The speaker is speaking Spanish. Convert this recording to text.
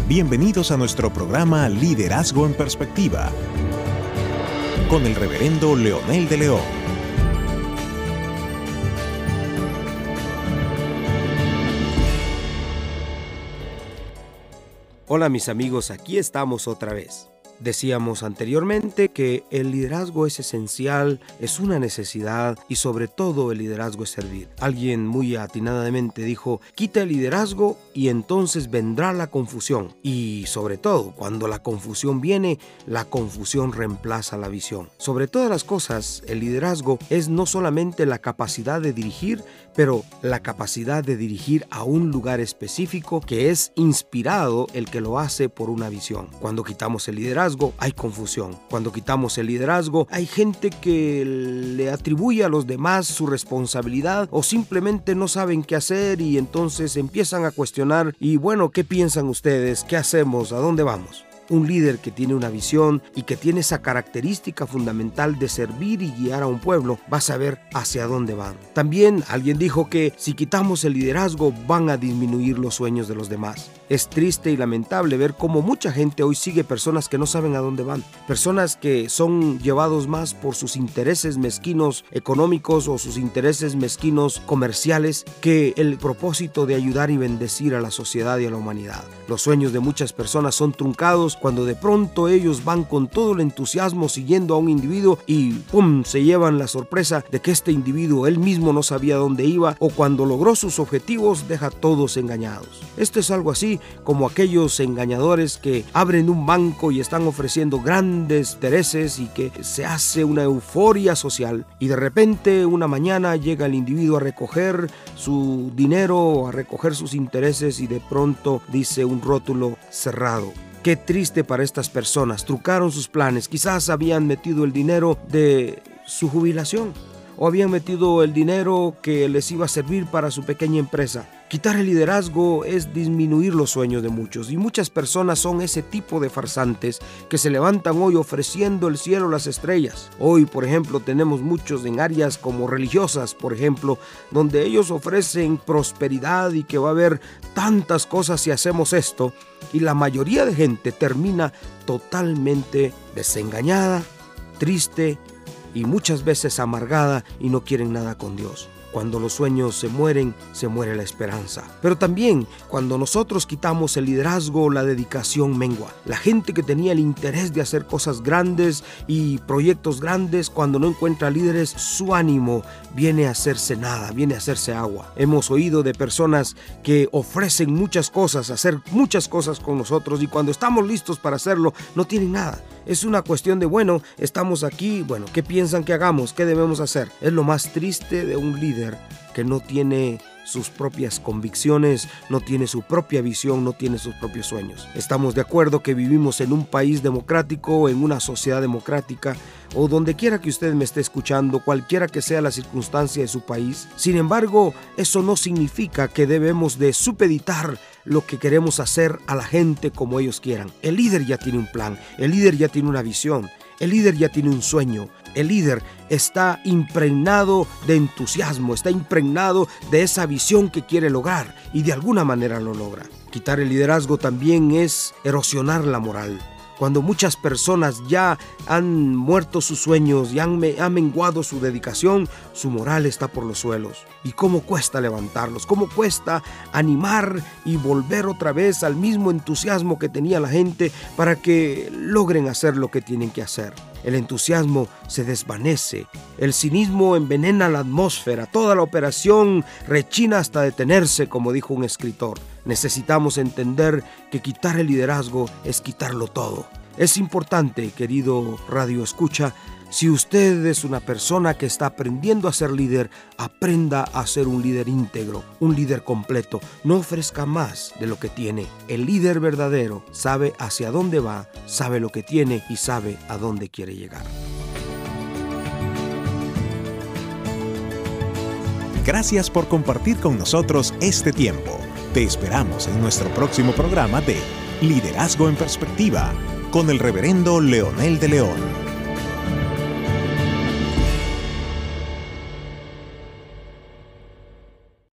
Bienvenidos a nuestro programa Liderazgo en Perspectiva, con el reverendo Leonel de León. Hola mis amigos, aquí estamos otra vez. Decíamos anteriormente que el liderazgo es esencial, es una necesidad y sobre todo el liderazgo es servir. Alguien muy atinadamente dijo, quita el liderazgo y entonces vendrá la confusión. Y sobre todo, cuando la confusión viene, la confusión reemplaza la visión. Sobre todas las cosas, el liderazgo es no solamente la capacidad de dirigir, pero la capacidad de dirigir a un lugar específico que es inspirado el que lo hace por una visión. Cuando quitamos el liderazgo, hay confusión. Cuando quitamos el liderazgo, hay gente que le atribuye a los demás su responsabilidad o simplemente no saben qué hacer y entonces empiezan a cuestionar y bueno, ¿qué piensan ustedes? ¿Qué hacemos? ¿A dónde vamos? Un líder que tiene una visión y que tiene esa característica fundamental de servir y guiar a un pueblo va a saber hacia dónde van. También alguien dijo que si quitamos el liderazgo van a disminuir los sueños de los demás. Es triste y lamentable ver cómo mucha gente hoy sigue personas que no saben a dónde van. Personas que son llevados más por sus intereses mezquinos económicos o sus intereses mezquinos comerciales que el propósito de ayudar y bendecir a la sociedad y a la humanidad. Los sueños de muchas personas son truncados cuando de pronto ellos van con todo el entusiasmo siguiendo a un individuo y ¡pum!, se llevan la sorpresa de que este individuo él mismo no sabía dónde iba o cuando logró sus objetivos deja a todos engañados. Esto es algo así como aquellos engañadores que abren un banco y están ofreciendo grandes intereses y que se hace una euforia social y de repente una mañana llega el individuo a recoger su dinero, a recoger sus intereses y de pronto dice un rótulo cerrado. Qué triste para estas personas, trucaron sus planes, quizás habían metido el dinero de su jubilación o habían metido el dinero que les iba a servir para su pequeña empresa. Quitar el liderazgo es disminuir los sueños de muchos y muchas personas son ese tipo de farsantes que se levantan hoy ofreciendo el cielo, las estrellas. Hoy, por ejemplo, tenemos muchos en áreas como religiosas, por ejemplo, donde ellos ofrecen prosperidad y que va a haber tantas cosas si hacemos esto y la mayoría de gente termina totalmente desengañada, triste y muchas veces amargada y no quieren nada con Dios. Cuando los sueños se mueren, se muere la esperanza. Pero también, cuando nosotros quitamos el liderazgo, la dedicación mengua. La gente que tenía el interés de hacer cosas grandes y proyectos grandes, cuando no encuentra líderes, su ánimo viene a hacerse nada, viene a hacerse agua. Hemos oído de personas que ofrecen muchas cosas, hacer muchas cosas con nosotros y cuando estamos listos para hacerlo, no tienen nada. Es una cuestión de, bueno, estamos aquí, bueno, ¿qué piensan que hagamos? ¿Qué debemos hacer? Es lo más triste de un líder que no tiene sus propias convicciones, no tiene su propia visión, no tiene sus propios sueños. Estamos de acuerdo que vivimos en un país democrático, en una sociedad democrática, o donde quiera que usted me esté escuchando, cualquiera que sea la circunstancia de su país. Sin embargo, eso no significa que debemos de supeditar lo que queremos hacer a la gente como ellos quieran. El líder ya tiene un plan, el líder ya tiene una visión, el líder ya tiene un sueño. El líder está impregnado de entusiasmo, está impregnado de esa visión que quiere lograr y de alguna manera lo logra. Quitar el liderazgo también es erosionar la moral. Cuando muchas personas ya han muerto sus sueños y han menguado su dedicación, su moral está por los suelos. ¿Y cómo cuesta levantarlos? ¿Cómo cuesta animar y volver otra vez al mismo entusiasmo que tenía la gente para que logren hacer lo que tienen que hacer? El entusiasmo se desvanece, el cinismo envenena la atmósfera, toda la operación rechina hasta detenerse, como dijo un escritor. Necesitamos entender que quitar el liderazgo es quitarlo todo. Es importante, querido Radio Escucha, si usted es una persona que está aprendiendo a ser líder, aprenda a ser un líder íntegro, un líder completo. No ofrezca más de lo que tiene. El líder verdadero sabe hacia dónde va, sabe lo que tiene y sabe a dónde quiere llegar. Gracias por compartir con nosotros este tiempo. Te esperamos en nuestro próximo programa de Liderazgo en Perspectiva con el reverendo Leonel de León.